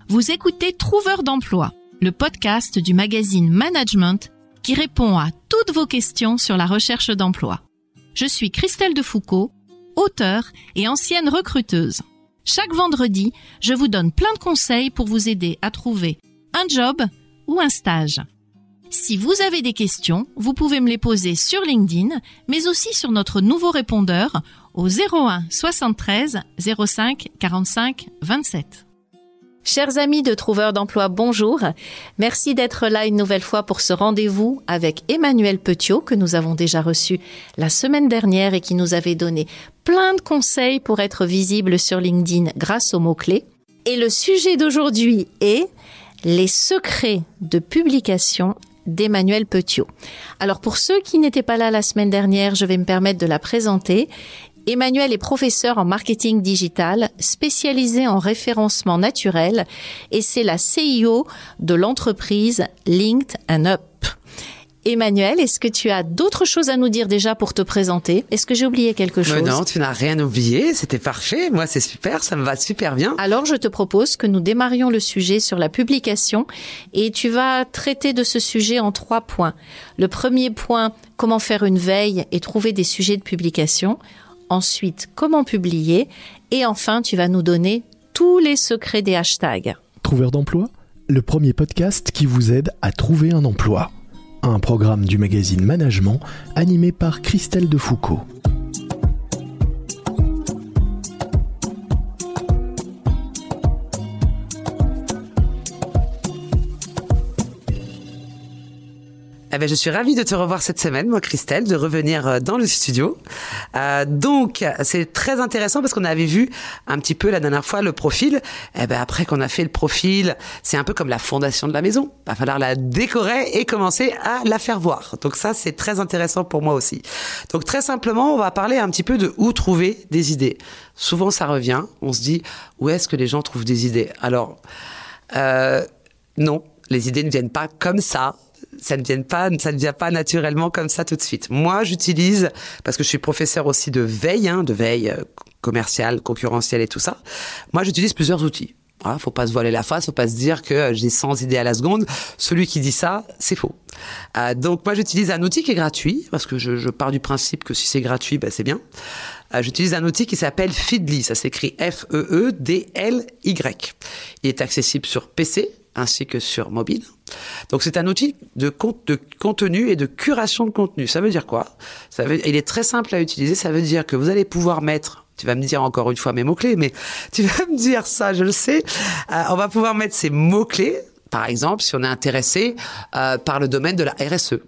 Vous écoutez Trouveur d'emploi, le podcast du magazine Management qui répond à toutes vos questions sur la recherche d'emploi. Je suis Christelle Defoucault, auteure et ancienne recruteuse. Chaque vendredi, je vous donne plein de conseils pour vous aider à trouver un job ou un stage. Si vous avez des questions, vous pouvez me les poser sur LinkedIn, mais aussi sur notre nouveau répondeur au 01 73 05 45 27. Chers amis de Trouveurs d'emploi, bonjour. Merci d'être là une nouvelle fois pour ce rendez-vous avec Emmanuel Petiot que nous avons déjà reçu la semaine dernière et qui nous avait donné plein de conseils pour être visible sur LinkedIn grâce aux mots-clés. Et le sujet d'aujourd'hui est les secrets de publication d'Emmanuel Petiot. Alors pour ceux qui n'étaient pas là la semaine dernière, je vais me permettre de la présenter. Emmanuel est professeur en marketing digital, spécialisé en référencement naturel et c'est la CIO de l'entreprise Linked and Up. Emmanuel, est-ce que tu as d'autres choses à nous dire déjà pour te présenter? Est-ce que j'ai oublié quelque chose? Non, tu n'as rien oublié, c'était parfait. Moi, c'est super, ça me va super bien. Alors, je te propose que nous démarrions le sujet sur la publication et tu vas traiter de ce sujet en 3 points. Le premier point, comment faire une veille et trouver des sujets de publication. Ensuite, comment publier. Et enfin, tu vas nous donner tous les secrets des hashtags. Trouveur d'emploi, le premier podcast qui vous aide à trouver un emploi. Un programme du magazine Management animé par Christelle Defoucault. Je suis ravie de te revoir cette semaine, moi Christelle, de revenir dans le studio. Donc, c'est très intéressant parce qu'on avait vu un petit peu la dernière fois le profil. Après qu'on a fait le profil, c'est un peu comme la fondation de la maison. Il va falloir la décorer et commencer à la faire voir. Donc ça, c'est très intéressant pour moi aussi. Donc très simplement, on va parler un petit peu de où trouver des idées. Souvent, ça revient. On se dit, où est-ce que les gens trouvent des idées? Alors, non, les idées ne viennent pas comme ça. Ça ne vient pas naturellement comme ça tout de suite. Moi, j'utilise, parce que je suis professeur aussi de veille commerciale, concurrentielle et tout ça. Moi, j'utilise plusieurs outils. Voilà, faut pas se voiler la face, faut pas se dire que j'ai 100 idées à la seconde. Celui qui dit ça, c'est faux. Donc, moi, j'utilise un outil qui est gratuit, parce que je pars du principe que si c'est gratuit, c'est bien. J'utilise un outil qui s'appelle Feedly. Ça s'écrit Feedly. Il est accessible sur PC, ainsi que sur mobile. Donc, c'est un outil de contenu et de curation de contenu. Ça veut dire quoi? Il est très simple à utiliser. Ça veut dire que vous allez pouvoir mettre, tu vas me dire encore une fois mes mots-clés, mais tu vas me dire ça, je le sais. On va pouvoir mettre ces mots-clés, par exemple, si on est intéressé par le domaine de la RSE.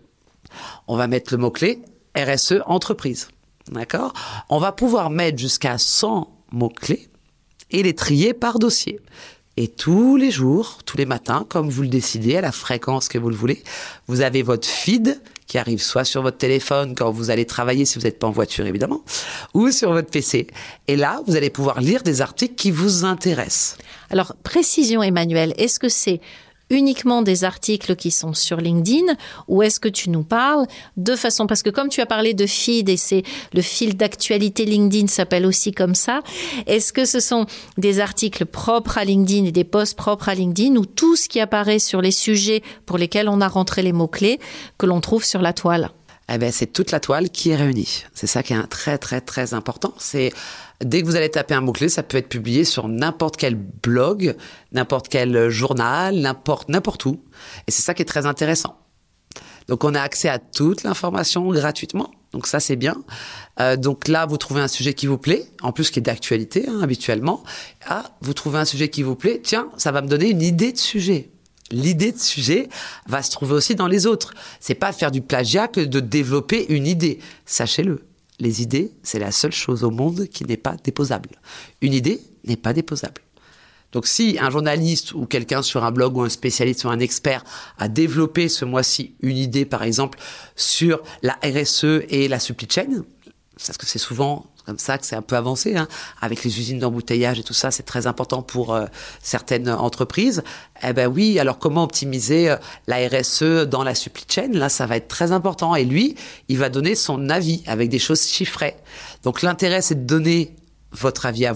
On va mettre le mot-clé RSE entreprise. D'accord? On va pouvoir mettre jusqu'à 100 mots-clés et les trier par dossier. Et tous les jours, tous les matins, comme vous le décidez, à la fréquence que vous le voulez, vous avez votre feed qui arrive soit sur votre téléphone quand vous allez travailler, si vous n'êtes pas en voiture évidemment, ou sur votre PC. Et là, vous allez pouvoir lire des articles qui vous intéressent. Alors, précision Emmanuel, est-ce que c'est uniquement des articles qui sont sur LinkedIn ou est-ce que tu nous parles de façon, parce que comme tu as parlé de feed et c'est le fil d'actualité LinkedIn s'appelle aussi comme ça, est-ce que ce sont des articles propres à LinkedIn et des posts propres à LinkedIn ou tout ce qui apparaît sur les sujets pour lesquels on a rentré les mots-clés que l'on trouve sur la toile? C'est toute la toile qui est réunie. C'est ça qui est très, très, très important. C'est dès que vous allez taper un mot-clé, ça peut être publié sur n'importe quel blog, n'importe quel journal, n'importe où. Et c'est ça qui est très intéressant. Donc, on a accès à toute l'information gratuitement. Donc, ça, c'est bien. Donc là, vous trouvez un sujet qui vous plaît, en plus qui est d'actualité, habituellement. Vous trouvez un sujet qui vous plaît. Tiens, ça va me donner une idée de sujet. L'idée de sujet va se trouver aussi dans les autres. C'est pas faire du plagiat que de développer une idée. Sachez-le, les idées, c'est la seule chose au monde qui n'est pas déposable. Une idée n'est pas déposable. Donc si un journaliste ou quelqu'un sur un blog ou un spécialiste ou un expert a développé ce mois-ci une idée, par exemple, sur la RSE et la supply chain, parce que c'est souvent comme ça que c'est un peu avancé, avec les usines d'embouteillage et tout ça, c'est très important pour certaines entreprises. Oui, alors comment optimiser la RSE dans la supply chain? Là, ça va être très important. Et lui, il va donner son avis avec des choses chiffrées. Donc l'intérêt, c'est de donner votre avis à vous,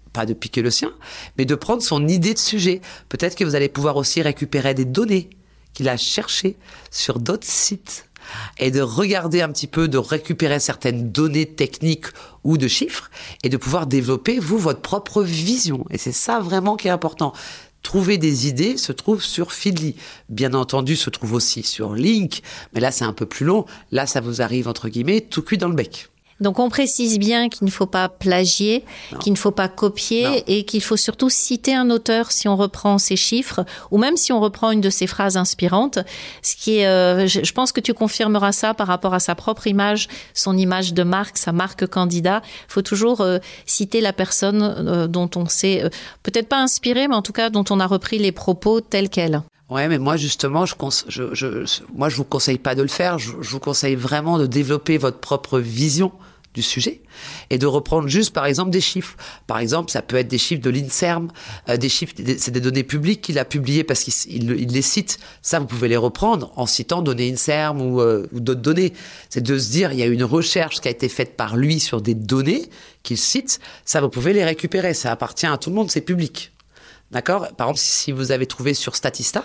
pas de piquer le sien, mais de prendre son idée de sujet. Peut-être que vous allez pouvoir aussi récupérer des données qu'il a cherchées sur d'autres sites et de regarder un petit peu, de récupérer certaines données techniques ou de chiffres et de pouvoir développer, vous, votre propre vision. Et c'est ça vraiment qui est important. Trouver des idées se trouve sur Feedly. Bien entendu, se trouve aussi sur Link, mais là, c'est un peu plus long. Là, ça vous arrive, entre guillemets, tout cuit dans le bec. Donc on précise bien qu'il ne faut pas plagier, qu'il ne faut pas copier et qu'il faut surtout citer un auteur si on reprend ses chiffres ou même si on reprend une de ses phrases inspirantes. Ce qui est, je pense que tu confirmeras ça par rapport à sa propre image, son image de marque, sa marque candidat. Il faut toujours citer la personne dont on s'est peut-être pas inspiré, mais en tout cas dont on a repris les propos tels quels. Ouais, mais moi justement, moi je vous conseille pas de le faire. Je vous conseille vraiment de développer votre propre vision du sujet et de reprendre juste par exemple des chiffres. Par exemple, ça peut être des chiffres de l'INSERM, des chiffres, c'est des données publiques qu'il a publiées parce qu'il les cite. Ça, vous pouvez les reprendre en citant données INSERM ou d'autres données. C'est de se dire, il y a une recherche qui a été faite par lui sur des données qu'il cite. Ça, vous pouvez les récupérer. Ça appartient à tout le monde, c'est public. D'accord ? Par exemple, si vous avez trouvé sur Statista,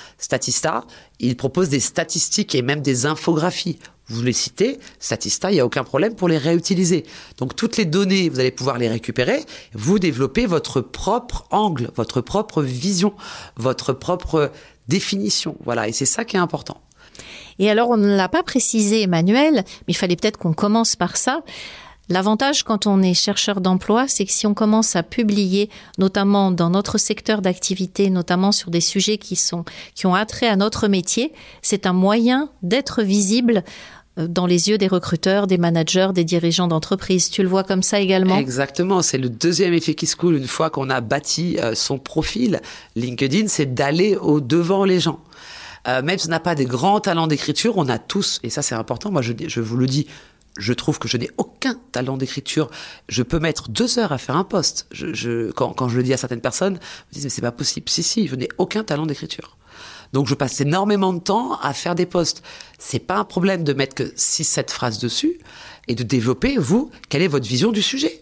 il propose des statistiques et même des infographies. Vous les citez, Statista, il n'y a aucun problème pour les réutiliser. Donc, toutes les données, vous allez pouvoir les récupérer. Vous développez votre propre angle, votre propre vision, votre propre définition. Voilà, et c'est ça qui est important. Et alors, on ne l'a pas précisé, Emmanuel, mais il fallait peut-être qu'on commence par ça. L'avantage quand on est chercheur d'emploi, c'est que si on commence à publier, notamment dans notre secteur d'activité, notamment sur des sujets qui ont attrait à notre métier, c'est un moyen d'être visible dans les yeux des recruteurs, des managers, des dirigeants d'entreprise. Tu le vois comme ça également ? Exactement, c'est le deuxième effet qui se coule une fois qu'on a bâti son profil LinkedIn, c'est d'aller au-devant les gens. Même si on n'a pas des grands talents d'écriture, on a tous, et ça c'est important, moi je vous le dis, je trouve que je n'ai aucun talent d'écriture. Je peux mettre 2 heures à faire un post. Quand je le dis à certaines personnes, ils me disent mais c'est pas possible. Si, je n'ai aucun talent d'écriture. Donc je passe énormément de temps à faire des posts. C'est pas un problème de mettre que 6-7 phrases dessus et de développer, vous, quelle est votre vision du sujet.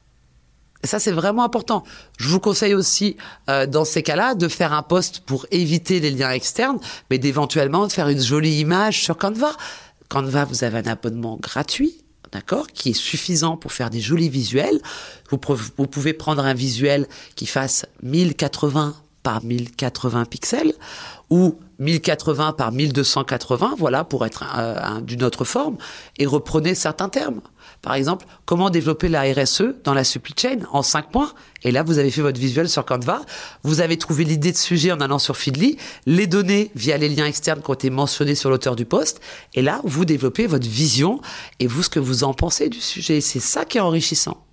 Et ça, c'est vraiment important. Je vous conseille aussi, dans ces cas-là, de faire un post pour éviter les liens externes, mais d'éventuellement de faire une jolie image sur Canva. Canva, vous avez un abonnement gratuit, d'accord, qui est suffisant pour faire des jolis visuels. Vous pouvez prendre un visuel qui fasse 1080 par 1080 pixels ou 1080 par 1280, voilà, pour être d'une autre forme, et reprenez certains termes. Par exemple, comment développer la RSE dans la supply chain en 5 points. Et là, vous avez fait votre visuel sur Canva. Vous avez trouvé l'idée de sujet en allant sur Feedly, les données via les liens externes qui ont été mentionnés sur l'auteur du post. Et là, vous développez votre vision et vous, ce que vous en pensez du sujet. C'est ça qui est enrichissant.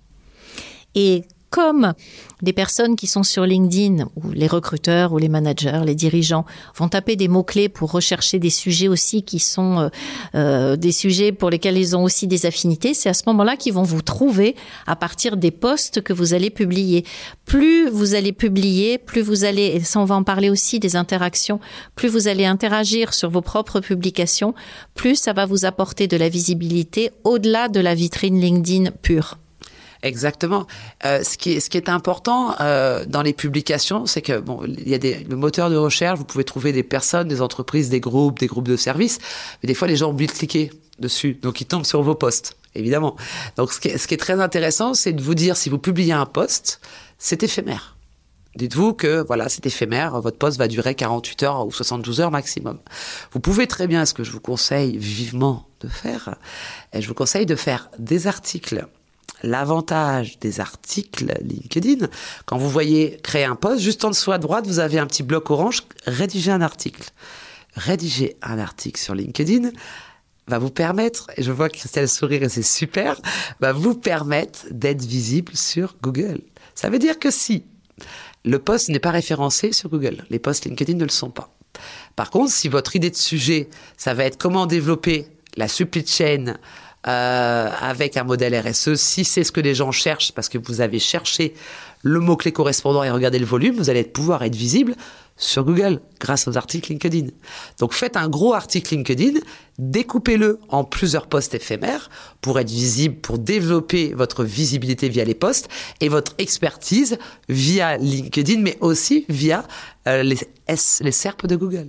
Et comme des personnes qui sont sur LinkedIn, ou les recruteurs, ou les managers, les dirigeants, vont taper des mots-clés pour rechercher des sujets aussi qui sont des sujets pour lesquels ils ont aussi des affinités, c'est à ce moment-là qu'ils vont vous trouver à partir des posts que vous allez publier. Plus vous allez publier, plus vous allez, et ça on va en parler aussi des interactions, plus vous allez interagir sur vos propres publications, plus ça va vous apporter de la visibilité au-delà de la vitrine LinkedIn pure. Exactement. Ce qui est important dans les publications, c'est que il y a le moteur de recherche, vous pouvez trouver des personnes, des entreprises, des groupes de services, mais des fois les gens oublient de cliquer dessus, donc ils tombent sur vos posts, évidemment. Donc ce qui est très intéressant, c'est de vous dire si vous publiez un post, c'est éphémère. Dites-vous que voilà, c'est éphémère, votre post va durer 48 heures ou 72 heures maximum. Vous pouvez très bien, ce que je vous conseille vivement de faire, je vous conseille de faire des articles. L'avantage des articles LinkedIn, quand vous voyez créer un post, juste en dessous à droite, vous avez un petit bloc orange, rédiger un article. Rédiger un article sur LinkedIn va vous permettre, et je vois Christelle sourire et c'est super, va vous permettre d'être visible sur Google. Ça veut dire que si le post n'est pas référencé sur Google, les posts LinkedIn ne le sont pas. Par contre, si votre idée de sujet, ça va être comment développer la supply chain avec un modèle RSE. Si c'est ce que les gens cherchent, parce que vous avez cherché le mot-clé correspondant et regardé le volume, vous allez pouvoir être visible sur Google grâce aux articles LinkedIn. Donc faites un gros article LinkedIn, découpez-le en plusieurs posts éphémères pour être visible, pour développer votre visibilité via les posts et votre expertise via LinkedIn, mais aussi via les SERP de Google.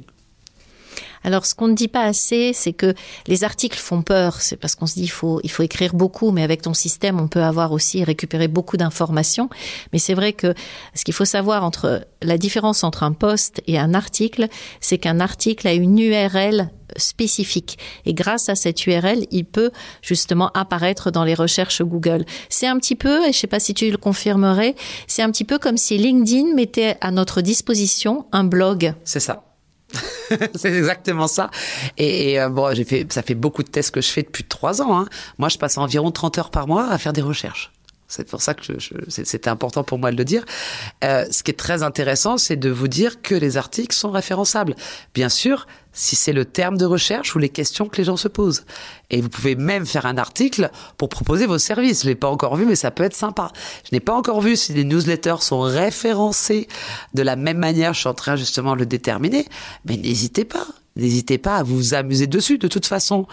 Alors, ce qu'on ne dit pas assez, c'est que les articles font peur. C'est parce qu'on se dit il faut écrire beaucoup, mais avec ton système, on peut avoir aussi récupérer beaucoup d'informations. Mais c'est vrai que ce qu'il faut savoir la différence entre un post et un article, c'est qu'un article a une URL spécifique. Et grâce à cette URL, il peut justement apparaître dans les recherches Google. C'est un petit peu, et je ne sais pas si tu le confirmerais, c'est un petit peu comme si LinkedIn mettait à notre disposition un blog. C'est ça. C'est exactement ça. Et bon, ça fait beaucoup de tests que je fais depuis 3 ans. Moi, je passe environ 30 heures par mois à faire des recherches. C'est pour ça que c'était important pour moi de le dire. Ce qui est très intéressant, c'est de vous dire que les articles sont référençables. Bien sûr, si c'est le terme de recherche ou les questions que les gens se posent. Et vous pouvez même faire un article pour proposer vos services. Je l'ai pas encore vu, mais ça peut être sympa. Je n'ai pas encore vu si les newsletters sont référencés de la même manière. Je suis en train justement de le déterminer. Mais n'hésitez pas. N'hésitez pas à vous amuser dessus. De toute façon,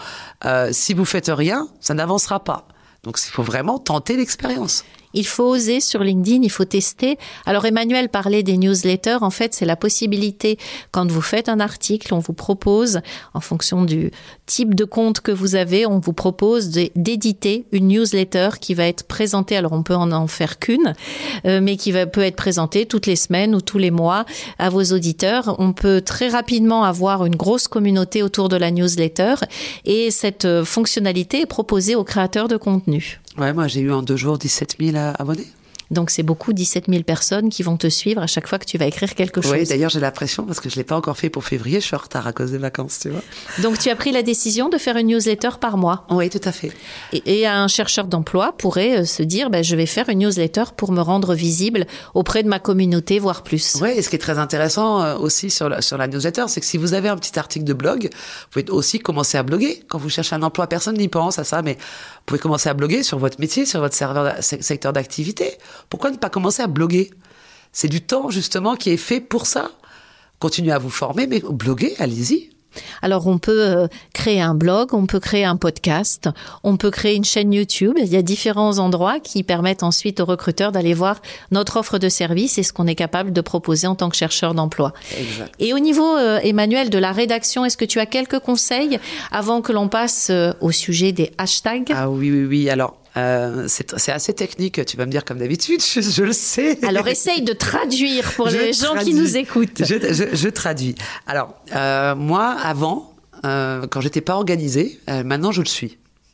si vous faites rien, ça n'avancera pas. Donc, il faut vraiment tenter l'expérience. Il faut oser sur LinkedIn, il faut tester. Alors Emmanuel parlait des newsletters. En fait, c'est la possibilité, quand vous faites un article, on vous propose, en fonction du type de compte que vous avez, on vous propose d'éditer une newsletter qui va être présentée. Alors on peut en faire qu'une, mais qui peut être présentée toutes les semaines ou tous les mois à vos auditeurs. On peut très rapidement avoir une grosse communauté autour de la newsletter et cette fonctionnalité est proposée aux créateurs de contenu. Ouais, moi j'ai eu en 2 jours 17 000 abonnés. Donc c'est beaucoup, 17 000 personnes qui vont te suivre à chaque fois que tu vas écrire quelque chose. Oui, d'ailleurs j'ai la pression parce que je ne l'ai pas encore fait pour février, je suis en retard à cause des vacances, tu vois. Donc tu as pris la décision de faire une newsletter par mois. Oui, tout à fait. Et un chercheur d'emploi pourrait se dire, je vais faire une newsletter pour me rendre visible auprès de ma communauté, voire plus. Oui, et ce qui est très intéressant aussi sur la newsletter, c'est que si vous avez un petit article de blog, vous pouvez aussi commencer à bloguer. Quand vous cherchez un emploi, personne n'y pense à ça, mais vous pouvez commencer à bloguer sur votre métier, sur votre secteur d'activité. Pourquoi ne pas commencer à bloguer ? C'est du temps, justement, qui est fait pour ça. Continuez à vous former, mais bloguez, allez-y. Alors, on peut créer un blog, on peut créer un podcast, on peut créer une chaîne YouTube. Il y a différents endroits qui permettent ensuite aux recruteurs d'aller voir notre offre de service et ce qu'on est capable de proposer en tant que chercheur d'emploi. Exact. Et au niveau, Emmanuel, de la rédaction, est-ce que tu as quelques conseils avant que l'on passe au sujet des hashtags ? Ah oui. Alors, c'est assez technique, tu vas me dire comme d'habitude, je le sais. Alors essaye de traduire pour les gens qui nous écoutent. Je traduis. Alors, moi, avant, quand j'étais pas organisée, maintenant je le suis.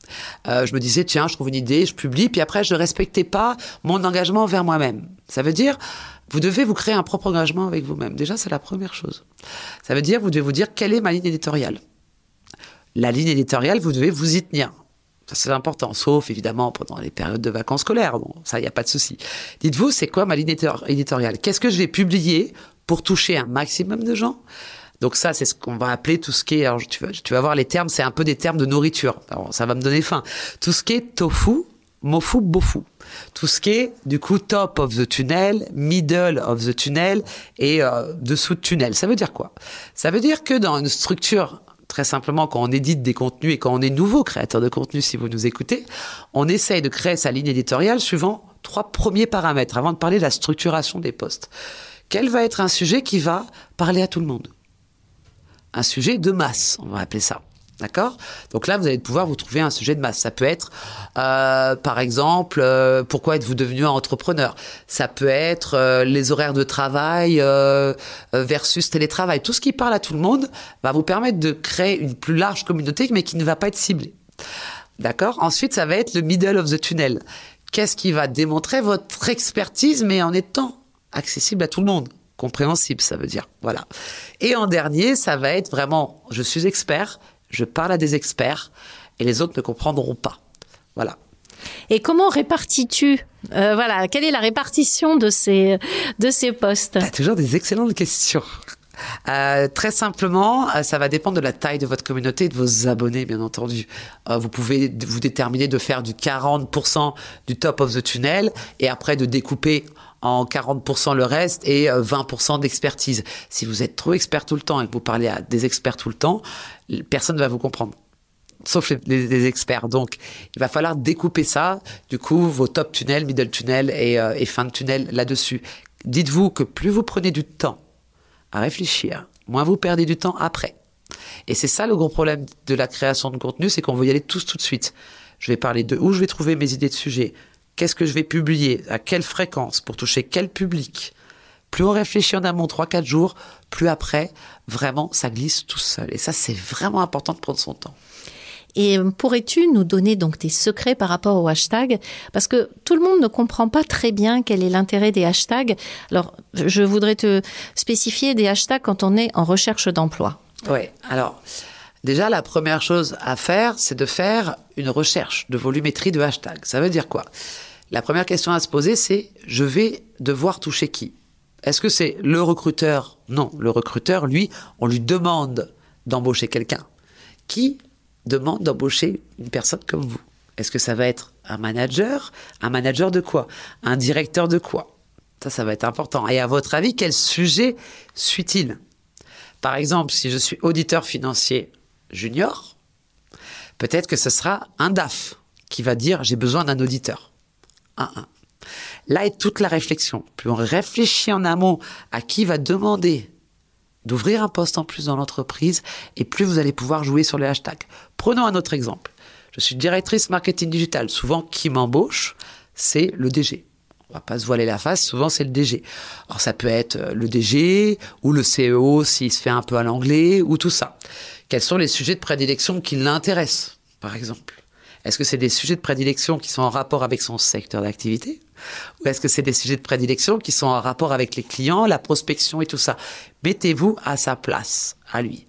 Je me disais, tiens, je trouve une idée, je publie, puis après, je ne respectais pas mon engagement envers moi-même. Ça veut dire, vous devez vous créer un propre engagement avec vous-même. Déjà, c'est la première chose. Ça veut dire, vous devez vous dire, quelle est ma ligne éditoriale ? La ligne éditoriale, vous devez vous y tenir. Ça, c'est important, sauf évidemment pendant les périodes de vacances scolaires. Bon, ça, il n'y a pas de souci. Dites-vous, c'est quoi ma ligne éditoriale ? Qu'est-ce que je vais publier pour toucher un maximum de gens ? Donc ça, c'est ce qu'on va appeler tout ce qui est... Alors, tu vas voir les termes, c'est un peu des termes de nourriture. Alors, ça va me donner faim. Tout ce qui est tofu, mofu, bofu. Tout ce qui est, du coup, top of the tunnel, middle of the tunnel et dessous de tunnel. Ça veut dire quoi ? Ça veut dire que dans une structure... Très simplement, quand on édite des contenus et quand on est nouveau créateur de contenu, si vous nous écoutez, on essaye de créer sa ligne éditoriale suivant 3 premiers paramètres avant de parler de la structuration des posts. Quel va être un sujet qui va parler à tout le monde ? Un sujet de masse, on va appeler ça. D'accord ? Donc là, vous allez pouvoir vous trouver un sujet de masse. Ça peut être, par exemple, pourquoi êtes-vous devenu entrepreneur ? Ça peut être les horaires de travail versus télétravail. Tout ce qui parle à tout le monde va vous permettre de créer une plus large communauté, mais qui ne va pas être ciblée. D'accord ? Ensuite, ça va être le middle of the tunnel. Qu'est-ce qui va démontrer votre expertise, mais en étant accessible à tout le monde ? Compréhensible, ça veut dire. Voilà. Et en dernier, ça va être vraiment, je suis expert, je parle à des experts et les autres ne comprendront pas. Voilà. Et comment répartis-tu quelle est la répartition de ces postes ? T'as toujours des excellentes questions. Très simplement, ça va dépendre de la taille de votre communauté et de vos abonnés, bien entendu. Vous pouvez vous déterminer de faire du 40% du top of the tunnel et après de découper en 40% le reste et 20% d'expertise. Si vous êtes trop expert tout le temps et que vous parlez à des experts tout le temps, personne ne va vous comprendre. Sauf les experts. Donc, il va falloir découper ça. Du coup, vos top tunnels, middle tunnel et fin de tunnel là-dessus. Dites-vous que plus vous prenez du temps à réfléchir, moins vous perdez du temps après. Et c'est ça le gros problème de la création de contenu, c'est qu'on veut y aller tous tout de suite. Je vais parler de où je vais trouver mes idées de sujets, qu'est-ce que je vais publier, à quelle fréquence, pour toucher quel public. Plus on réfléchit en amont 3-4 jours, plus après, vraiment, ça glisse tout seul. Et ça, c'est vraiment important de prendre son temps. Et pourrais-tu nous donner donc tes secrets par rapport aux hashtags? Parce que tout le monde ne comprend pas très bien quel est l'intérêt des hashtags. Alors, je voudrais te spécifier des hashtags quand on est en recherche d'emploi. Oui, alors, déjà, la première chose à faire, c'est de faire une recherche de volumétrie de hashtags. Ça veut dire quoi? La première question à se poser, c'est « je vais devoir toucher qui ?» Est-ce que c'est le recruteur? Non, le recruteur, lui, on lui demande d'embaucher quelqu'un. Qui demande d'embaucher une personne comme vous? Est-ce que ça va être un manager? Un manager de quoi? Un directeur de quoi? Ça va être important. Et à votre avis, quel sujet suit-il? Par exemple, si je suis auditeur financier junior, peut-être que ce sera un DAF qui va dire « j'ai besoin d'un auditeur ». Là est toute la réflexion. Plus on réfléchit en amont à qui va demander d'ouvrir un poste en plus dans l'entreprise, et plus vous allez pouvoir jouer sur les hashtags. Prenons un autre exemple. Je suis directrice marketing digital. Souvent, qui m'embauche, c'est le DG. On va pas se voiler la face, souvent c'est le DG. Alors ça peut être le DG ou le CEO s'il se fait un peu à l'anglais ou tout ça. Quels sont les sujets de prédilection qui l'intéressent, par exemple? Est-ce que c'est des sujets de prédilection qui sont en rapport avec son secteur d'activité? Ou est-ce que c'est des sujets de prédilection qui sont en rapport avec les clients, la prospection et tout ça? Mettez-vous à sa place, à lui.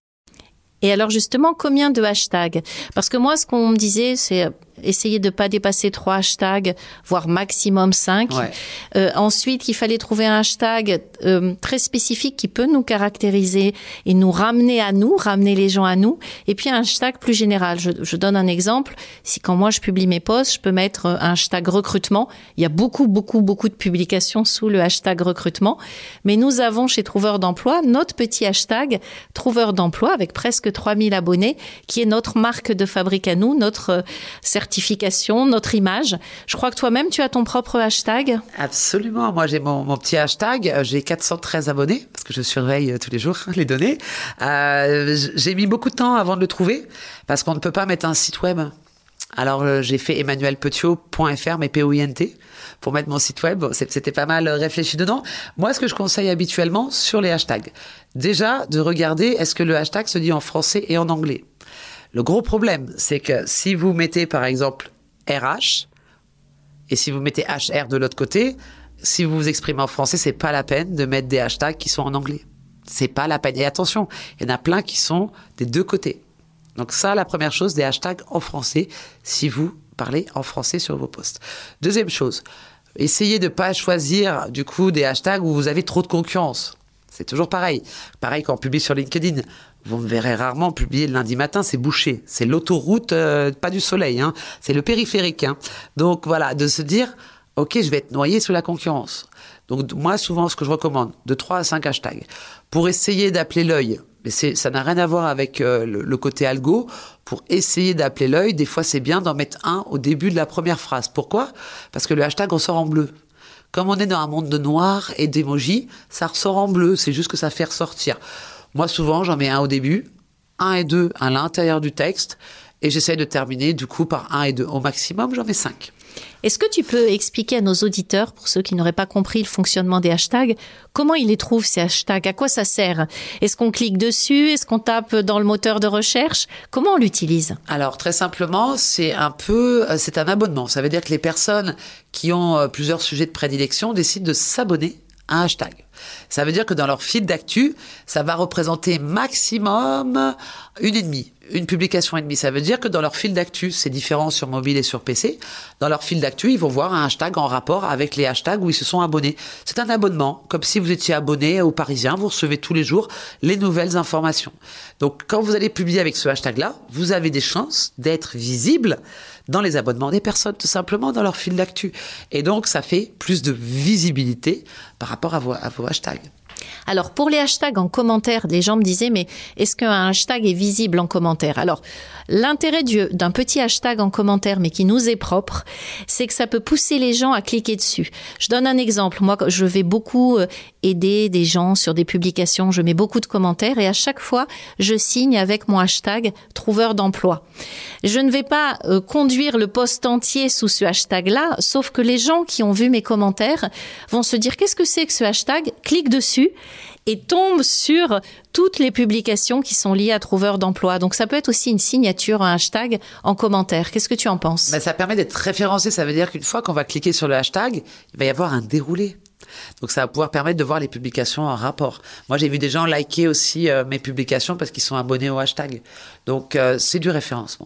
Et alors justement, combien de hashtags? Parce que moi, ce qu'on me disait, c'est essayer de pas dépasser 3 hashtags, voire maximum 5. Ouais. Ensuite, il fallait trouver un hashtag très spécifique qui peut nous caractériser et nous ramener à nous, ramener les gens à nous. Et puis un hashtag plus général. Je donne un exemple. Si quand moi je publie mes posts, je peux mettre un hashtag recrutement. Il y a beaucoup de publications sous le hashtag recrutement. Mais nous avons chez Trouveur d'emploi notre petit hashtag Trouveur d'emploi avec presque 3000 abonnés, qui est notre marque de fabrique à nous, notre certification, notre image. Je crois que toi-même, tu as ton propre hashtag. Absolument. Moi, j'ai mon petit hashtag. J'ai 413 abonnés parce que je surveille tous les jours les données. J'ai mis beaucoup de temps avant de le trouver parce qu'on ne peut pas mettre un site web. Alors, j'ai fait emmanuelpetiot.fr, mais P-O-I-N-T, pour mettre mon site web. C'était pas mal réfléchi dedans. Moi, ce que je conseille habituellement sur les hashtags, déjà, de regarder est-ce que le hashtag se dit en français et en anglais. Le gros problème, c'est que si vous mettez, par exemple, RH, et si vous mettez HR de l'autre côté, si vous vous exprimez en français, c'est pas la peine de mettre des hashtags qui sont en anglais. C'est pas la peine. Et attention, il y en a plein qui sont des deux côtés. Donc ça, la première chose, des hashtags en français, si vous parlez en français sur vos posts. Deuxième chose, essayez de pas choisir, du coup, des hashtags où vous avez trop de concurrence. C'est toujours pareil. Pareil quand on publie sur LinkedIn. Vous me verrez rarement publier le lundi matin, c'est bouché. C'est l'autoroute, pas du soleil, hein. C'est le périphérique, hein. Donc voilà, de se dire, ok, je vais être noyé sous la concurrence. Donc moi, souvent, ce que je recommande, de 3 à 5 hashtags, pour essayer d'appeler l'œil. Mais ça n'a rien à voir avec le côté algo. Pour essayer d'appeler l'œil, des fois, c'est bien d'en mettre un au début de la première phrase. Pourquoi? Parce que le hashtag ressort en bleu. Comme on est dans un monde de noir et d'émojis, ça ressort en bleu. C'est juste que ça fait ressortir. Moi, souvent, j'en mets un au début, 1 et 2 à l'intérieur du texte, et j'essaie de terminer, du coup, par 1 et 2. Au maximum, j'en mets 5. Est-ce que tu peux expliquer à nos auditeurs, pour ceux qui n'auraient pas compris le fonctionnement des hashtags, comment ils les trouvent, ces hashtags? À quoi ça sert? Est-ce qu'on clique dessus? Est-ce qu'on tape dans le moteur de recherche? Comment on l'utilise? Alors, très simplement, c'est un abonnement. Ça veut dire que les personnes qui ont plusieurs sujets de prédilection décident de s'abonner à un hashtag. Ça veut dire que dans leur fil d'actu, ça va représenter maximum une publication et demie. Ça veut dire que dans leur fil d'actu, c'est différent sur mobile et sur PC. Dans leur fil d'actu, ils vont voir un hashtag en rapport avec les hashtags où ils se sont abonnés. C'est un abonnement, comme si vous étiez abonné au Parisien. Vous recevez tous les jours les nouvelles informations. Donc, quand vous allez publier avec ce hashtag-là, vous avez des chances d'être visible dans les abonnements des personnes, tout simplement dans leur fil d'actu. Et donc, ça fait plus de visibilité par rapport à vos hashtags. Alors, pour les hashtags en commentaire, les gens me disaient, mais est-ce qu'un hashtag est visible en commentaire? Alors, l'intérêt d'un petit hashtag en commentaire, mais qui nous est propre, c'est que ça peut pousser les gens à cliquer dessus. Je donne un exemple. Moi, je vais beaucoup aider des gens sur des publications. Je mets beaucoup de commentaires et à chaque fois, je signe avec mon hashtag trouveur d'emploi. Je ne vais pas conduire le post entier sous ce hashtag-là, sauf que les gens qui ont vu mes commentaires vont se dire qu'est-ce que c'est que ce hashtag? Clique dessus et tombe sur toutes les publications qui sont liées à trouveur d'emploi. Donc ça peut être aussi une signature, un hashtag en commentaire. Qu'est-ce que tu en penses? Ça permet d'être référencé. Ça veut dire qu'une fois qu'on va cliquer sur le hashtag, il va y avoir un déroulé. Donc ça va pouvoir permettre de voir les publications en rapport. Moi, j'ai vu des gens liker aussi mes publications parce qu'ils sont abonnés au hashtag. Donc c'est du référencement.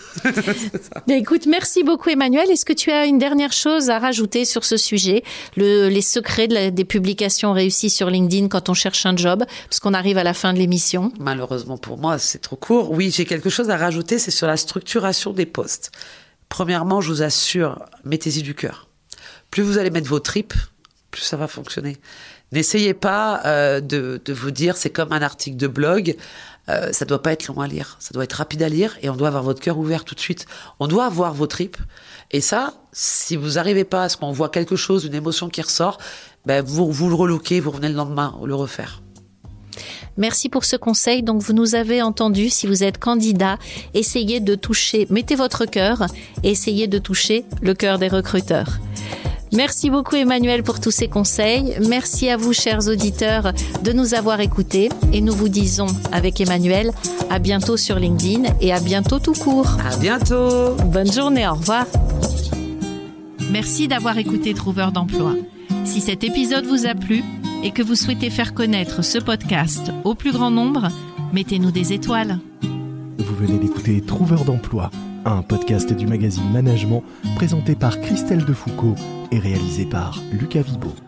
Écoute, merci beaucoup Emmanuel. Est-ce que tu as une dernière chose à rajouter sur ce sujet, les secrets des publications réussies sur LinkedIn quand on cherche un job, parce qu'on arrive à la fin de l'émission? Malheureusement pour moi, c'est trop court. Oui, j'ai quelque chose à rajouter, c'est sur la structuration des posts. Premièrement, je vous assure, mettez-y du cœur. Plus vous allez mettre vos tripes, plus ça va fonctionner. N'essayez pas de vous dire c'est comme un article de blog, ça doit pas être long à lire, ça doit être rapide à lire et on doit avoir votre cœur ouvert tout de suite. On doit avoir vos tripes et ça, si vous n'arrivez pas à ce qu'on voit quelque chose, une émotion qui ressort, vous le relookez, vous revenez le lendemain le refaire. Merci pour ce conseil. Donc, vous nous avez entendu. Si vous êtes candidat, essayez de toucher, mettez votre cœur et essayez de toucher le cœur des recruteurs. Merci beaucoup Emmanuel pour tous ces conseils. Merci à vous chers auditeurs de nous avoir écoutés et nous vous disons avec Emmanuel à bientôt sur LinkedIn et à bientôt tout court. À bientôt. Bonne journée, au revoir. Merci d'avoir écouté Trouveur d'emploi. Si cet épisode vous a plu et que vous souhaitez faire connaître ce podcast au plus grand nombre, mettez-nous des étoiles. Vous venez d'écouter Trouveur d'emploi, un podcast du magazine Management présenté par Christelle Defoucault et réalisé par Lucas Vibo.